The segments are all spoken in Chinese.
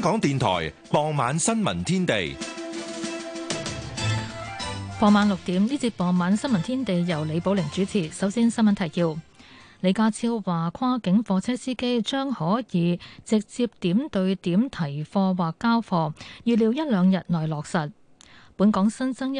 港電台傍晚新聞天地。 傍晚6點，呢節傍晚新聞天地由李寶玲主持。首先新聞提要：李家超話，跨境貨車司機將可以直接點對點提貨或交貨，預料1-2日內落實。本港新增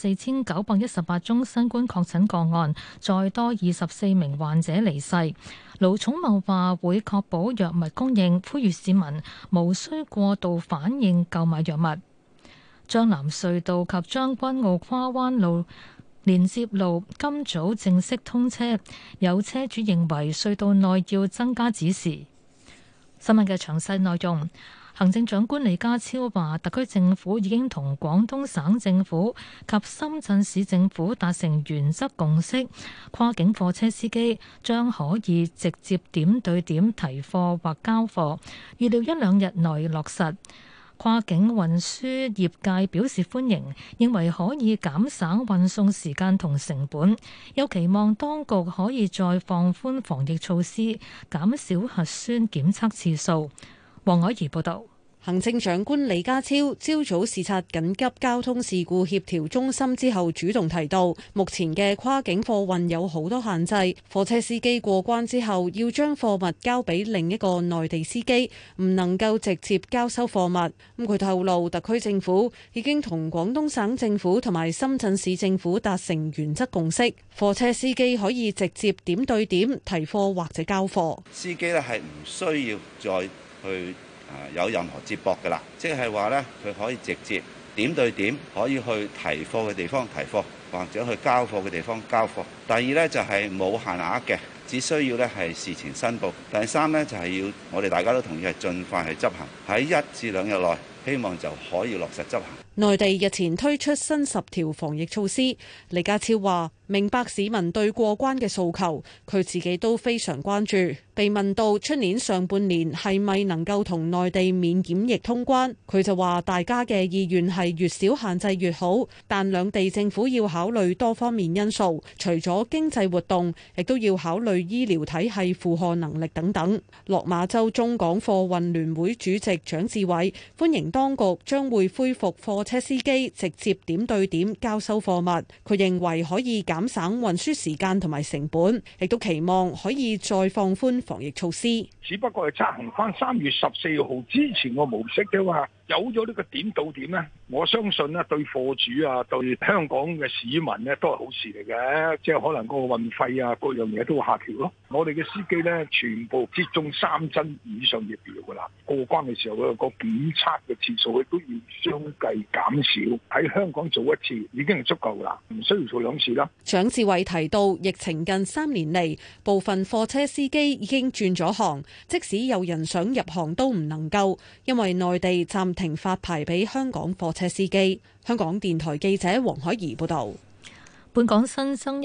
14,918宗新冠確診個案，再多24名患者離世。盧寵茂話會確保藥物供應，呼籲市民無需過度反應購買藥物。將藍隧道及將軍澳跨灣路連接路今早正式通車，有車主認為隧道內要增加指示。新聞嘅詳細內容。行政長官李家超話，特區政府已經同廣東省政府及深圳市政府達成原則共識，跨境貨車司機將可以直接點對點提貨或交貨，預料1-2日內落實。跨境運輸業界表示歡迎，認為可以減省運送時間同成本，又期望當局可以再放寬防疫措施，減少核酸檢測次數。黃凱儀報導。 行政長官李家超朝早視察緊急交通事故協調中心之後，主動提到，目前嘅跨境貨運有好多限制，貨車司機過關之後要將貨物交俾另一個內地司機，唔能夠直接交收貨物。佢透露，特區政府已經同廣東省政府同埋深圳市政府達成原則共識，貨車司機可以直接點對點提貨或者交貨。 司機咧係唔需要再去有任何接駁嘅啦，即係話咧，佢可以直接點對點可以去提貨嘅地方提貨，或者去交貨嘅地方交貨。第二咧就係冇限額嘅，只需要咧係事前申報。第三咧就係要我哋大家都同意係盡快去執行，喺1至2日內希望就可以落實執行。 內地日前推出新10條防疫措施，李家超話明白市民對過關嘅訴求，佢自己都非常關注。被問到出年上半年係咪能夠同內地免檢疫通關，佢就話大家嘅意願係越少限制越好，但兩地政府要考慮多方面因素，除咗經濟活動，亦都要考慮醫療體系負荷能力等等。落馬洲中港貨運聯會主席蔣志偉歡迎當局將會恢復貨車司機直接點對點交收貨物，佢認為可以減省運輸時間同埋成本，亦都期望可以再放寬防疫措施。 只不過係執行翻3月14號之前個模式嘅話，有咗呢個點到點呢，我相信呢對貨主啊，對香港嘅市民呢都係好事嚟嘅，即係可能個運費啊各樣嘢都會下調咯。我哋嘅司機呢，全部接種3針以上疫苗噶啦，過關嘅時候個檢測嘅次數亦都要相繼減少，喺香港做一次已經係足夠啦，唔需要做2次啦。 蔣志偉提到，疫情近3年嚟，部分貨車司機已經轉咗行，即使有人想入行都唔能夠，因為內地暫停發牌俾香港貨車司機。香港電台記者黃海怡報導。 本港新增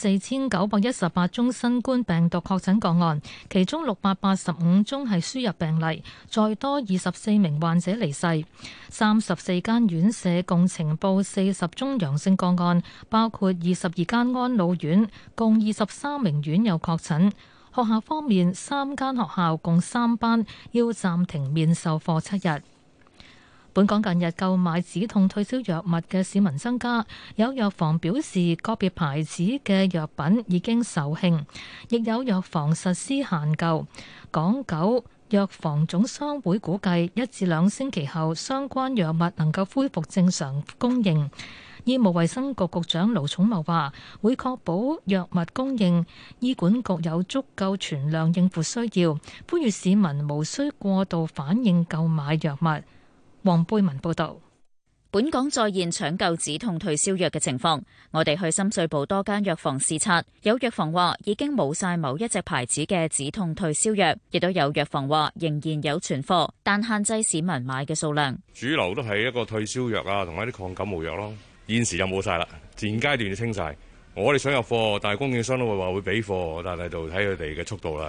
14,918宗新冠病毒確診個案，其中685宗係輸入病例，再多24名患者離世。34間院舍共呈報40宗陽性個案，包括22間安老院，共23名院友確診。學校方面，3間學校共3班要暫停面授課7日。本港近日購買止痛退燒藥物嘅市民增加，有藥房表示個別牌子嘅藥品已經售罄，亦有藥房實施限購。港九藥房總商會估計1至2星期後，相關藥物能夠恢復正常供應。醫務衛生局局長盧寵茂話會確保藥物供應，醫管局有足夠存量應付需要，呼籲市民無需過度反應購買藥物。黃貝文報道。 本港再現搶購止痛退燒藥嘅情況，我哋去深水埗多間藥房視察，有藥房話已經冇晒某一隻牌子嘅止痛退燒藥，亦都有藥房話仍然有存貨，但限制市民買嘅數量。 主流都係一個退燒藥啊，同埋啲抗感冒藥咯。現時就冇晒啦，現階段就清晒。我哋想入貨，但係供應商都會話會俾貨，但係就睇佢哋嘅速度啦。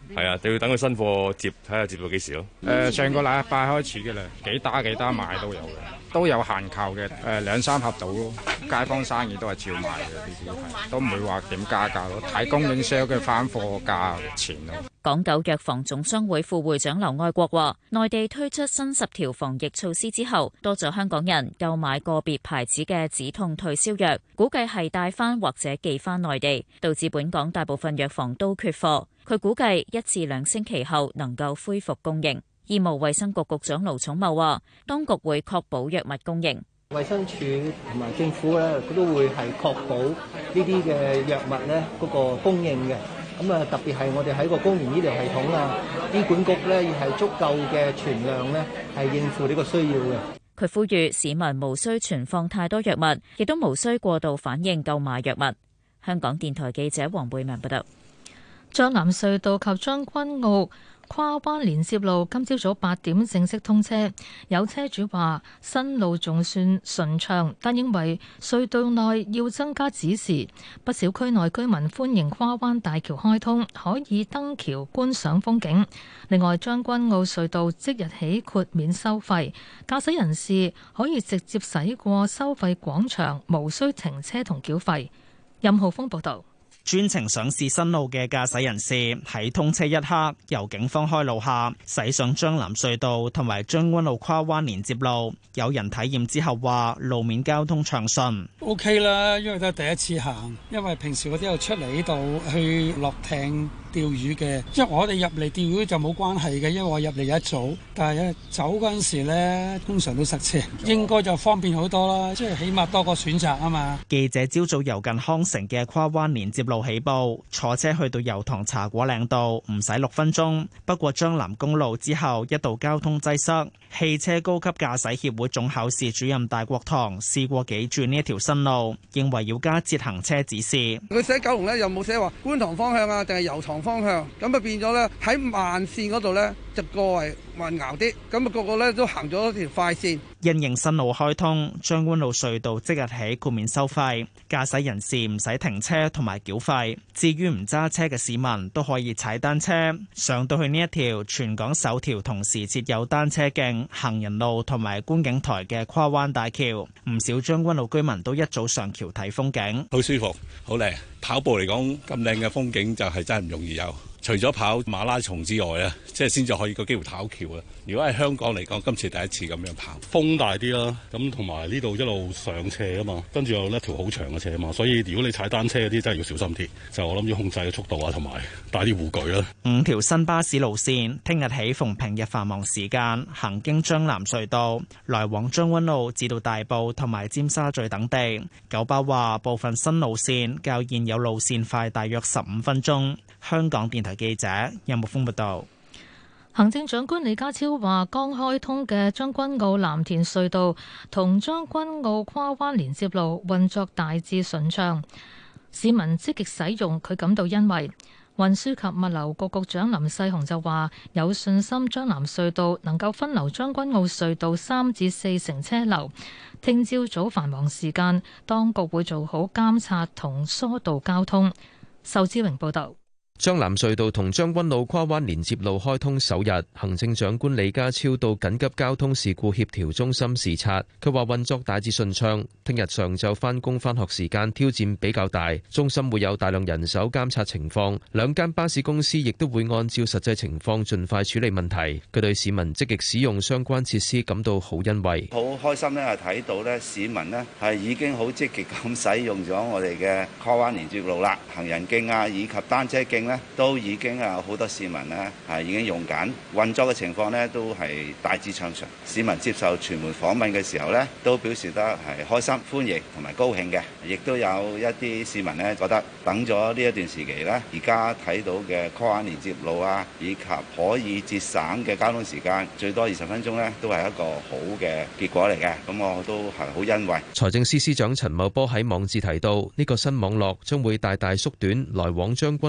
係啊，就要等佢新貨接，睇下接到幾時咯。 上個禮拜開始嘅啦，幾打賣都有嘅，都有限購嘅，2-3盒到咯。街坊生意都係照賣嘅，呢啲都唔會話點加價咯，睇供應商嘅翻貨價錢咯。 港九藥房總商會副會長劉愛國話，內地推出新10條防疫措施之後，多咗香港人購買個別牌子嘅止痛退燒藥，估計係帶翻或者寄翻內地，導致本港大部分藥房都缺貨。佢估計1至2星期後能夠恢復供應。醫務衛生局局長盧寵茂話，當局會確保藥物供應。 衛生署同埋政府咧，佢都會係確保呢啲嘅藥物咧嗰個供應嘅。咁啊，特別係我哋喺個公營醫療系統啊，醫管局咧要係足夠嘅存量咧，係應付呢個需要嘅。 佢呼籲市民無需存放太多藥物，亦都無需過度反應購買藥物。香港電台記者黃貝文報道。將藍隧道及將軍澳跨灣連接路今朝早8點正式通車，有車主話新路仲算順暢，但認為隧道內要增加指示。不少區內居民歡迎跨灣大橋開通，可以登橋觀賞風景。另外，將軍澳隧道即日起豁免收費，駕駛人士可以直接駛過收費廣場，無需停車同繳費。任浩峰報導。 專程上試新路嘅駕駛人士喺通車一刻，由警方開路下駛上將藍隧道同埋將軍澳跨灣連接路。有人體驗之後話路面交通暢順。 OK 啦，因為都係第一次行，因為平時我都有出嚟呢度去落艇釣魚嘅，因為我哋入嚟釣魚就冇關係嘅，因為我入嚟一早，但係走嗰陣時咧，通常都塞車，應該就方便好多啦，即係起碼多個選擇啊嘛。 記者朝早由近康城嘅跨灣連接路起步，坐車去到油塘茶果嶺道，唔使6分鐘。不過將藍公路之後一度交通擠塞，汽車高級駕駛協會總考試主任戴國堂試過幾轉呢一條新路，認為要加節行車指示。 佢寫九龍咧，又冇寫話觀塘方向啊，定係油塘方向，咁啊變咗咧喺慢線嗰度咧就過為混淆啲，咁啊個個咧都行咗條快線。 因應新路開通，將軍澳隧道即日起豁免收費，駕駛人士唔使停車同埋繳費。至於唔揸車嘅市民都可以踩單車上到去呢一條全港首條同時設有單車徑、行人路同埋觀景台嘅跨灣大橋。唔少將軍澳居民都一早上橋睇風景， 好舒服，好靚。跑步嚟講咁靚嘅風景就係真係唔容易有。除咗跑馬拉松之外咧，即係先至可以個機會跑橋啦。如果喺香港嚟講，今次第一次咁樣跑， 風大啲啦，咁同埋呢度一路上斜啊嘛，跟住有一條好長嘅斜啊嘛，所以如果你踩單車嗰啲真係要小心啲，就我諗要控制個速度啊，同埋帶啲護具啦。 5條新巴士路線聽日起逢平日繁忙時間行經將藍隧道，來往將軍澳至到大埔同埋尖沙咀等地。九巴話部分新路線較現有路線快大約15分鐘。香港電台記者任木峰報道。 行政長官李家超話，剛開通嘅將軍澳藍田隧道同將軍澳跨灣連接路運作大致順暢，市民積極使用，佢感到欣慰。運輸及物流局局長林世雄就話，有信心將藍隧道能夠分流將軍澳隧道3至4成車流。聽朝早繁忙時間，當局會做好監察同疏導交通。仇志榮報道。 將藍隧道同將軍澳跨灣連接路開通首日，行政長官李家超到緊急交通事故協調中心視察。佢話運作大致順暢，聽日上晝返工返學時間挑戰比較大，中心會有大量人手監察情況，兩間巴士公司亦都會按照實際情況盡快處理問題。佢對市民積極使用相關設施感到好欣慰， 好開心咧，係睇到咧市民咧係已經好積極咁使用咗我哋嘅跨灣連接路啦，行人徑啊以及單車徑都已經有好多市民咧係已經用緊，運作嘅情況咧都係大致暢順。市民接受傳媒訪問嘅時候咧，都表示得係開心、歡迎同埋高興嘅。亦都有一啲市民咧覺得等咗呢一段時期咧，而家睇到嘅跨灣連接路啊，以及可以節省嘅交通時間最多20分鐘咧，都係一個好嘅結果嚟嘅。咁我都係好欣慰。 財政司司長陳茂波喺網誌提到，呢個新網絡將會大大縮短來往將軍澳觀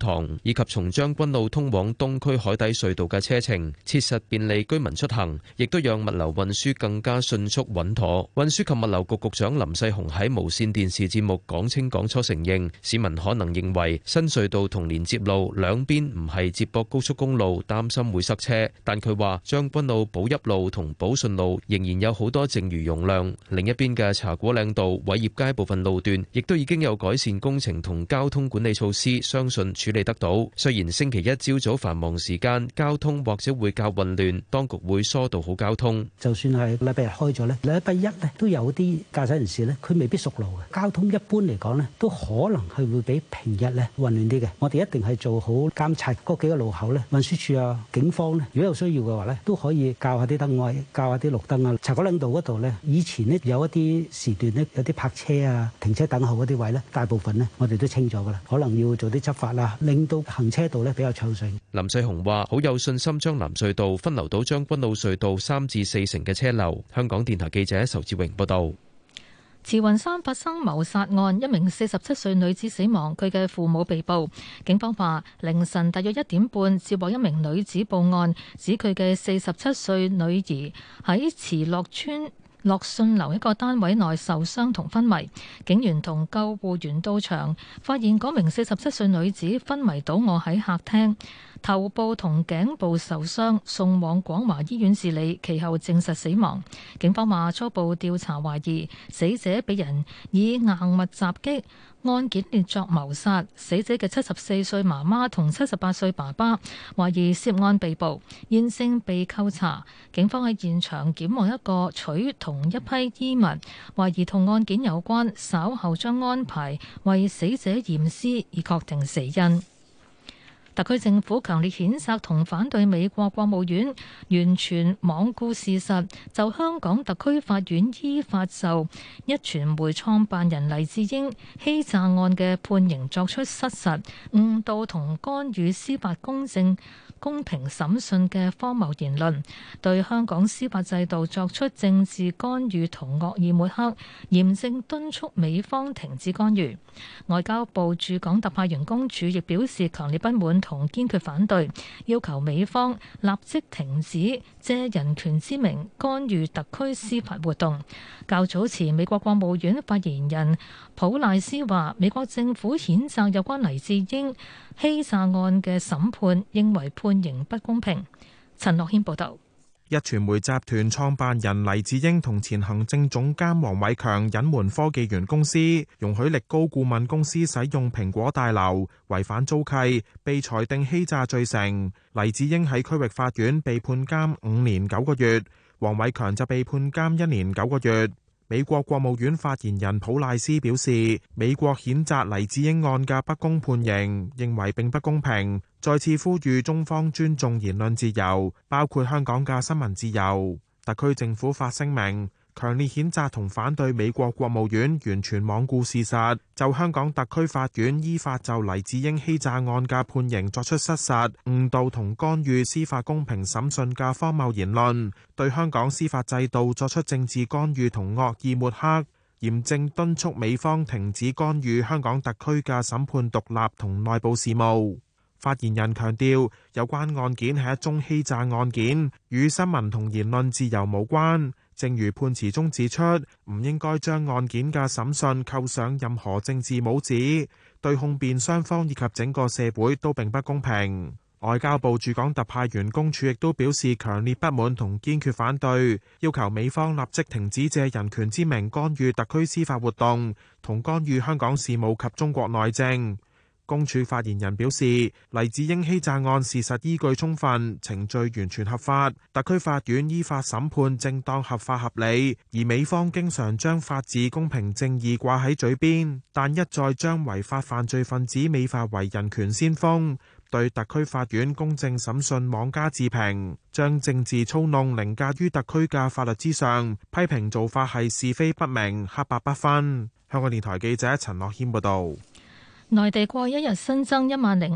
塘，以及從將軍澳通往東區海底隧道嘅車程，切實便利居民出行，亦都讓物流運輸更加迅速穩妥。運輸及物流局局長林世雄喺無線電視節目講清講楚承認，市民可能認為新隧道同連接路兩邊唔係接駁高速公路，擔心會塞車。但佢話將軍澳寶邑路同寶順路仍然有好多剩餘容量，另一邊嘅茶果嶺道偉業街部分路段亦都已經有改善工程同交通管理措施，相信處理得到。雖然星期一朝早繁忙時間交通或者會較混亂，當局會疏導好交通。 就算係禮拜日開咗咧，禮拜一咧都有啲駕駛人士咧，佢未必熟路嘅交通，一般嚟講咧都可能係會比平日咧混亂啲嘅。我哋一定係做好監察嗰幾個路口咧，運輸署啊、警方咧，如果有需要嘅話咧，都可以校下啲燈位、校下啲綠燈啊。茶果嶺道嗰度咧，以前咧有一啲時段咧有啲泊車啊、停車等候嗰啲位咧，大部分咧我哋都清咗噶啦，可能要做啲執法啦，令到行車道咧比較暢順。 林世雄話：好有信心將南隧道分流到將軍澳隧道3至4成嘅車流。香港電台記者仇志榮報道。 慈雲山發生謀殺案，一名47歲女子死亡，佢嘅父母被捕。警方話，凌晨大約1點半接獲一名女子報案，指佢嘅47歲女兒喺慈樂邨樂信樓一個單位內受傷同昏迷。警員同救護員到場，發現嗰名47歲女子昏迷倒卧喺客廳，頭部同頸部受傷，送往廣華醫院治理，其後證實死亡。警方話初步調查懷疑死者被人以硬物襲擊，案件列作謀殺。死者嘅74歲媽媽同78歲爸爸懷疑涉案被捕，現正被扣查。警方喺現場檢獲一個錘同一批衣物，懷疑同案件有關，稍後將安排為死者驗屍，以確定死因。特區政府強烈譴責同反對美國國務院完全罔顧事實，就香港特區法院依法就壹傳媒創辦人黎智英欺詐案嘅判刑作出失實、誤導同干預司法公正公平審訊嘅荒謬言論，對香港司法制度作出政治干預同惡意抹黑，嚴正敦促美方停止干預。外交部駐港特派員公署亦表示強烈不滿同堅決反對，要求美方立即停止借人權之名干預特區司法活動。較早前，美國國務院發言人普賴斯話，美國政府譴責有關黎智英欺詐案嘅審判，認為判刑不公平。陳樂軒報導。 壹傳媒集團創辦人黎智英同前行政總監黃偉強隱瞞科技園公司容許力高顧問公司使用蘋果大樓，違反租契，被裁定欺詐罪成。黎智英喺區域法院被判監5年9個月，黃偉強就被判監1年9個月。美國國務院發言人普賴斯表示，美國譴責黎智英案嘅不公判刑，認為並不公平，再次呼籲中方尊重言論自由，包括香港嘅新聞自由。特區政府發聲明，強烈譴責同反對美國國務院完全罔顧事實，就香港特區法院依法就黎智英欺詐案嘅判刑作出失實、誤導同干預司法公平審訊嘅荒謬言論，對香港司法制度作出政治干預同惡意抹黑，嚴正敦促美方停止干預香港特區嘅審判獨立同內部事務。發言人強調，有關案件係一宗欺詐案件，與新聞同言論自由無關。正如判詞中指出，唔應該將案件嘅審訊扣上任何政治帽子，對控辯雙方以及整個社會都並不公平。外交部駐港特派員公署亦都表示強烈不滿同堅決反對，要求美方立即停止借人權之名干預特區司法活動，同干預香港事務及中國內政。公署發言人表示，黎智英欺詐案事實依據充分，程序完全合法，特區法院依法審判正當合法合理，而美方經常將法治、公平、正義掛喺嘴邊，但一再將違法犯罪分子美化為人權先鋒，對特區法院公正審訊妄加置評，將政治操弄凌駕於特區嘅法律之上，批評做法係是非不明、黑白不分。香港電台記者陳樂軒報導。 內地過一日新增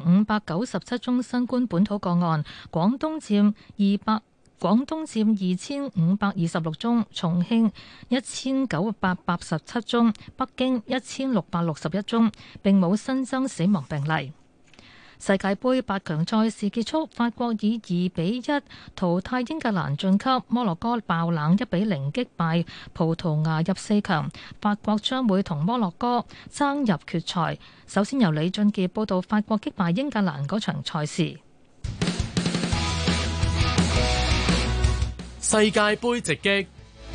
10,597宗新冠本土個案，廣東佔2,526宗，重慶1,987宗，北京1,661宗，並冇新增死亡病例。 世界盃8強賽事結束，法國以2-1淘汰英格蘭晉級，摩洛哥爆冷1-0擊敗葡萄牙入4強，法國將會同摩洛哥爭入決賽。首先由李俊傑報道法國擊敗英格蘭嗰場賽事。 世界盃直擊。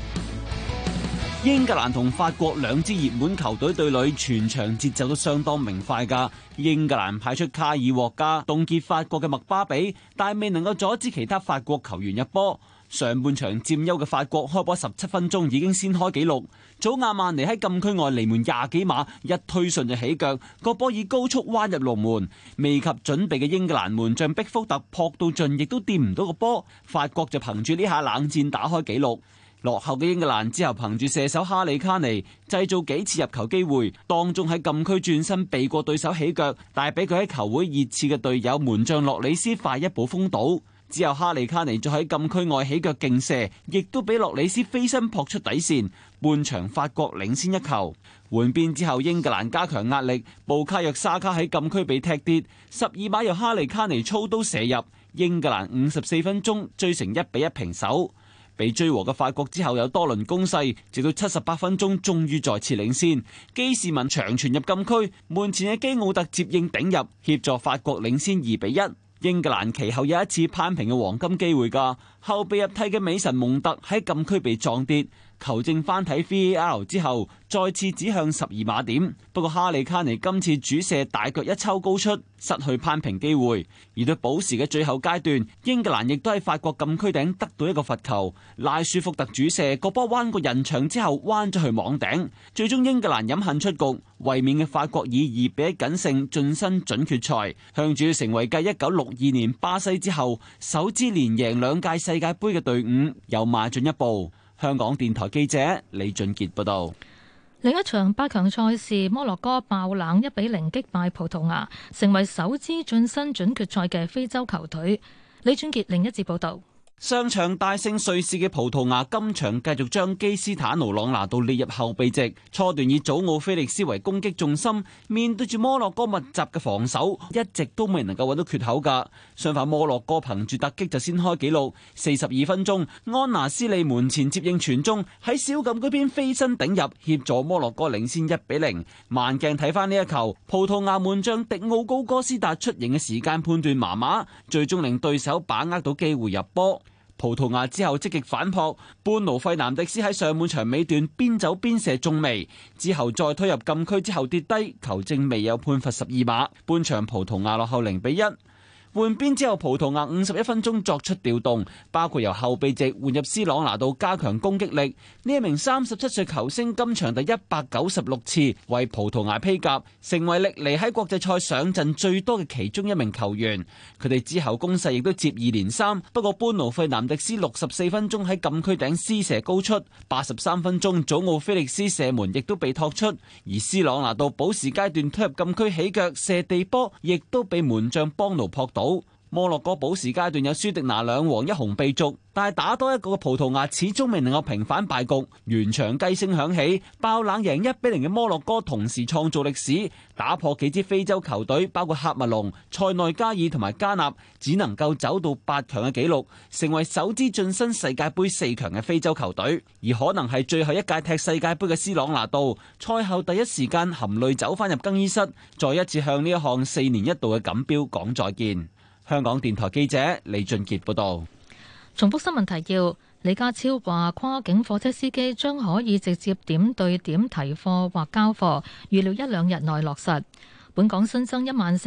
英格蘭同法國兩支熱門球隊對壘，全場節奏都相當明快㗎。英格蘭派出卡爾獲加凍結法國嘅麥巴比，但未能夠阻止其他法國球員入波。上半場佔優嘅法國開波17分鐘已經先開紀錄，祖亞曼尼喺禁區外離門20幾碼，一推順就起腳，個波以高速彎入龍門，未及準備嘅英格蘭門將畢福特撲到盡，亦都掂唔到個波。法國就憑住呢下冷戰打開紀錄。落後嘅英格蘭之後憑住射手哈利卡尼製造幾次入球機會，當中喺禁區轉身避過對手起腳，但係俾佢喺球會熱刺嘅隊友門將洛里斯快一步封堵。之後哈利卡尼再喺禁區外起腳勁射，亦都俾洛里斯飛身撲出底線。半場法國領先1球。換邊之後英格蘭加強壓力，布卡約沙卡喺禁區被踢跌，12碼由哈利卡尼操刀射入，英格蘭54分鐘追成1-1平手。被追和嘅法國之後有多輪攻勢，直到78分鐘終於再次領先。基士文長傳入禁區，門前嘅基奧特接應頂入，協助法國領先2-1。英格蘭其後有一次攀平嘅黃金機會㗎，後備入替嘅美神蒙特喺禁區被撞跌，球證翻睇 VAR 之後，再次指向12碼點。不過哈利卡尼今次主射大腳一抽高出，失去攀平機會。而到補時嘅最後階段，英格蘭亦都喺法國禁區頂得到一個罰球，拉舒福特主射個波彎過人牆之後彎咗去網頂，最終英格蘭飲恨出局。衛冕嘅法國以2-1僅勝晉身準決賽，向住成為繼1962年巴西之後首支連贏2屆世界盃嘅隊伍又邁進一步。香港電台記者李俊傑報道。 另一場8強賽事，摩洛哥爆冷1-0擊敗葡萄牙，成為首支晉身準決賽嘅非洲球隊。李俊傑另一節報道。 上場大勝瑞士嘅葡萄牙，今場繼續將基斯坦奴朗拿度列入後備席，初段以祖奧菲力斯為攻擊重心，面對住摩洛哥密集嘅防守，一直都未能夠揾到缺口㗎。相反，摩洛哥憑住突擊就先開紀錄，42分鐘，安拿斯利門前接應傳中，喺小禁區邊飛身頂入，協助摩洛哥領先1-0。慢鏡睇翻呢一球，葡萄牙門將迪奧高哥斯達出迎嘅時間判斷麻麻，最終令對手把握到機會入波。葡萄牙之後積極反撲，般奴費南迪斯喺上半場尾段邊走邊射中楣，之後再推入禁區之後跌低，球證未有判罰12碼，半場葡萄牙落後0-1。換邊之後，葡萄牙51分鐘作出調動，包括由後備席換入斯朗拿度加強攻擊力。呢一名37歲球星今場第196次為葡萄牙披甲，成為歷嚟喺國際賽上陣最多嘅其中一名球員。佢哋之後攻勢亦都接二連三，不過般奴費南迪斯64分鐘喺禁區頂施射高出，83分鐘祖奧菲力斯射門亦都被托出，而斯朗拿度補時階段推入禁區起腳射地波，亦都被門將邦奴撲倒。摩洛哥補時階段有舒迪拿2黃1紅被逐，但係打多一個嘅葡萄牙始終未能夠平反敗局。完場雞聲響起，爆冷贏1-0嘅摩洛哥同時創造歷史，打破幾支非洲球隊包括喀麥隆、塞內加爾同埋加納只能夠走到8強嘅紀錄，成為首支晉身世界盃4強嘅非洲球隊。而可能係最後一屆踢世界盃嘅斯朗拿度，賽後第一時間含淚走返入更衣室，再一次向呢一項4年一度嘅錦標講再見。香港電台記者李俊傑報道。 重複新聞提要：李家超話，跨境貨車司機將可以直接點對點提貨或交貨，預料1-2日內落實。本港新增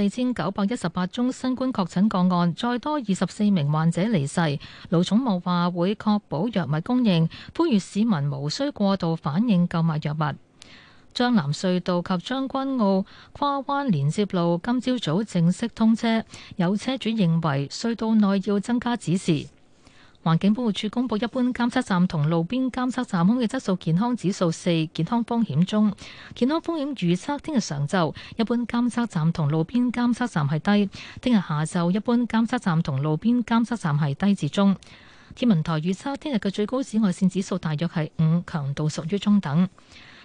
14,918宗新冠確診個案，再多24名患者離世。盧寵茂話會確保藥物供應，呼籲市民無需過度反應購買藥物。將藍隧道及將軍澳跨灣連接路今朝早正式通車，有車主認為隧道內要增加指示。環境保護署公布，一般監測站同路邊監測站空氣質素健康指數4，健康風險中。健康風險預測聽日上晝一般監測站同路邊監測站係低，聽日下晝一般監測站同路邊監測站係低至中。天文台預測聽日嘅最高紫外線指數大約係5，強度屬於中等。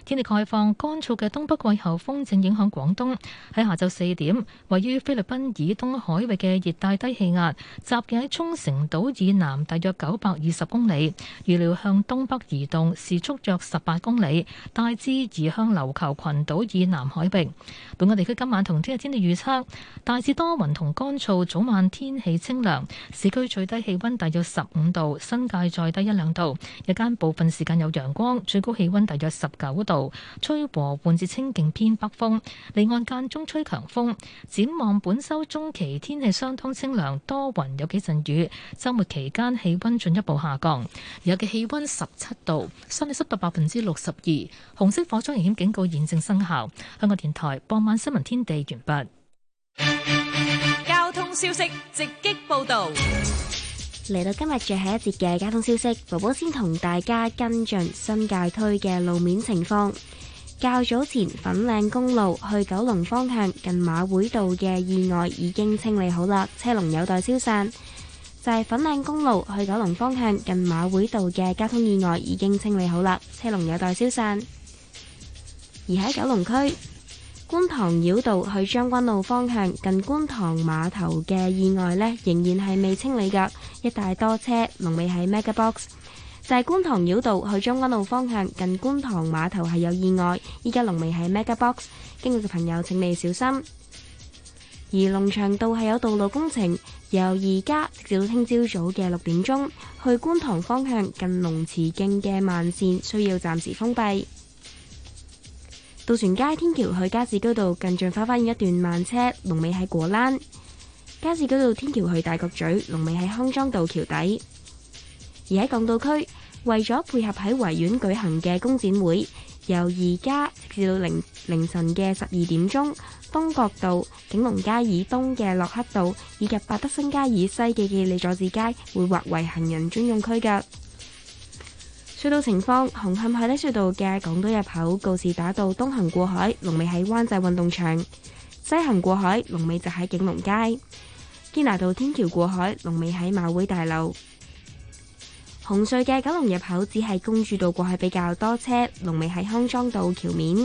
天氣概況，乾燥嘅東北季候風正影響廣東。喺下晝4點，位於菲律賓以東海域嘅熱帶低氣壓，集結喺沖繩島以南大約920公里，預料向東北移動，時速約18公里，大致移向琉球群島以南海域。本港地區今晚同聽日天氣預測，大致多雲同乾燥，早晚天氣清涼，市區最低氣溫大約15度，新界再低1-2度。日間部分時間有陽光，最高氣溫大約19度，吹和緩至清勁偏北風，離岸間中吹強風。展望本週中期天氣相當清涼，多雲有幾陣雨，週末期間氣溫進一步下降。而家嘅氣溫17度，相對濕度62%，紅色火災危險警告現正生效。香港電台傍晚新聞天地完畢。 交通消息直擊報道。 嚟到今日最後一節嘅交通消息，寶寶先同大家跟進新界區嘅路面情況。較早前粉嶺公路去九龍方向近馬會道嘅意外已經清理好啦，車龍有待消散。就係粉嶺公路去九龍方向近馬會道嘅交通意外已經清理好啦，車龍有待消散。而喺九龍區觀塘繞道去將軍澳方向近觀塘碼頭嘅意外呢，仍然係未清理㗎，一大多車，龍尾喺 Mega Box。就係觀塘繞道去將軍澳方向近觀塘碼頭係有意外，依家龍尾喺 Mega Box， 經過嘅朋友請你小心。而龍翔道係有道路工程，由而家直至到聽朝早嘅6點鐘，去觀塘方向近龍慈徑嘅慢線需要暫時封閉。渡船街天橋去加士居道近駿發花園一段慢車，龍尾喺果欄；加士居道天橋去大角咀，龍尾喺康莊道橋底。而喺港島區，為咗配合喺維園舉行嘅工展會，由而家直至到凌晨嘅12點鐘，東角道、景隆街以東嘅駱克道以及百德新街以西嘅記利佐治街會劃為行人專用區㗎。隧道情況：紅磡海底隧道嘅港島入口告士打道東行過海，龍尾喺灣仔運動場；西行過海，龍尾就喺景隆街。堅拿道天橋過海，龍尾喺馬會大樓。紅隧嘅九龍入口只係公主道過去比較多車，龍尾喺康莊道橋面。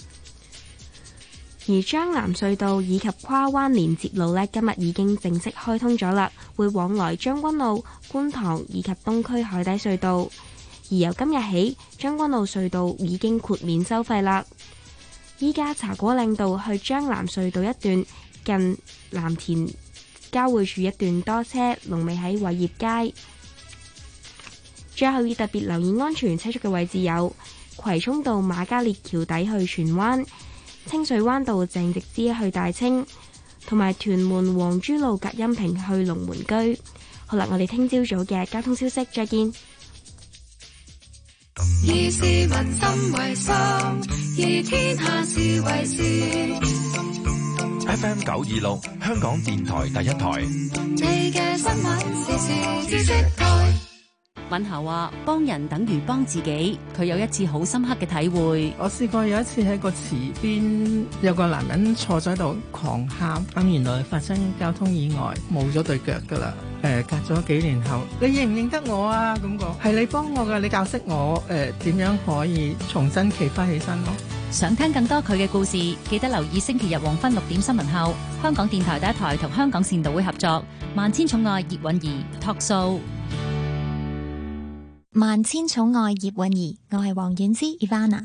而將南隧道以及跨灣連接路呢，今日已經正式開通咗啦，會往來將軍澳、觀塘以及東區海底隧道。而由今日起，將軍澳隧道已經豁免收費啦。依家茶果嶺道去將南隧道一段近藍田交匯處一段多車，龍尾喺偉業街。最後要特別留意安全車速嘅位置有葵涌道瑪嘉烈橋底去荃灣、清水灣道鄭植之去大清，同埋屯門黃珠路隔音屏去龍門居。好啦，我哋聽朝早嘅交通消息再見。 以市民心為心，以天下事為事。 FM 926，香港電台第一台。 你嘅新聞時事知識台。 敏霞話：幫人等於幫自己。佢有一次好深刻嘅體會。 我試過有一次喺個池邊，有個男人坐咗喺度狂喊，咁原來發生交通意外，冇咗對腳噶啦。隔咗幾年後，你認唔認得我啊？咁講係你幫我噶，你教識我點樣可以重新企翻起身咯。 想聽更多佢嘅故事，記得留意星期日黃昏6點新聞後，香港電台第一台同香港善導會合作《萬千寵愛葉韻儀》Talk Show。 萬千寵愛葉韻儀，我係黃婉之 Ivana。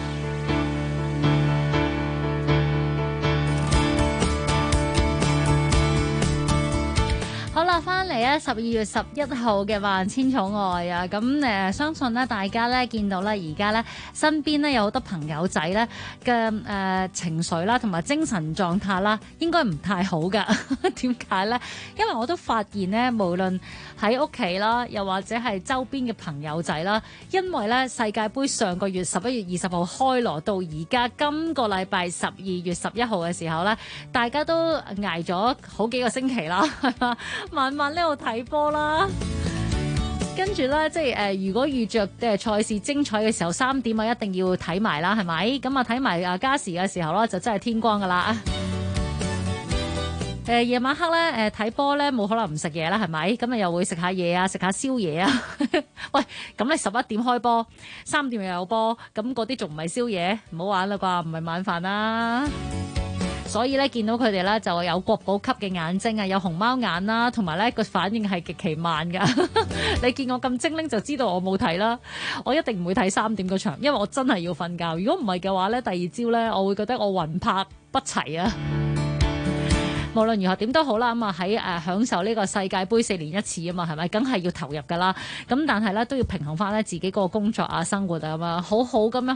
好啦，翻嚟咧12月11號嘅萬千寵愛啊，咁相信咧大家咧見到咧而家咧身邊咧有好多朋友仔咧嘅情緒啦，同埋精神狀態啦，應該唔太好噶。點解咧？因為我都發現咧，無論喺屋企啦，又或者係周邊嘅朋友仔啦，因為咧世界盃上個月11月20號開鑼到而家今個禮拜12月11號嘅時候咧，大家都捱咗好幾個星期啦，係嘛？晚晚呢度睇波啦，跟住咧即係如果遇着賽事精彩嘅時候3點啊，一定要睇埋啦，係咪？咁啊睇埋加時嘅時候咧，就真係天光噶啦。 夜晚黑咧睇波咧冇可能唔食嘢啦，係咪？咁啊又會食下嘢啊，食下宵夜啊。喂，咁你11點開波，3點又有波，咁嗰啲仲唔係宵夜？唔好玩啦啩，唔係晚飯啦。所以咧見到佢哋咧就有國寶級嘅眼睛啊，有熊貓眼啦，同埋咧個反應係極其慢噶。你見我咁精靈就知道我冇睇啦。我一定唔會睇3點嗰場，因為我真係要瞓覺。如果唔係嘅話咧，第二朝咧我會覺得我魂魄不齊啊。無論如何點都好啦，咁啊喺享受呢個世界盃4年一次啊嘛，係咪？梗係要投入㗎啦。咁但係咧都要平衡翻咧自己嗰個工作啊、生活啊咁啊，好好咁樣。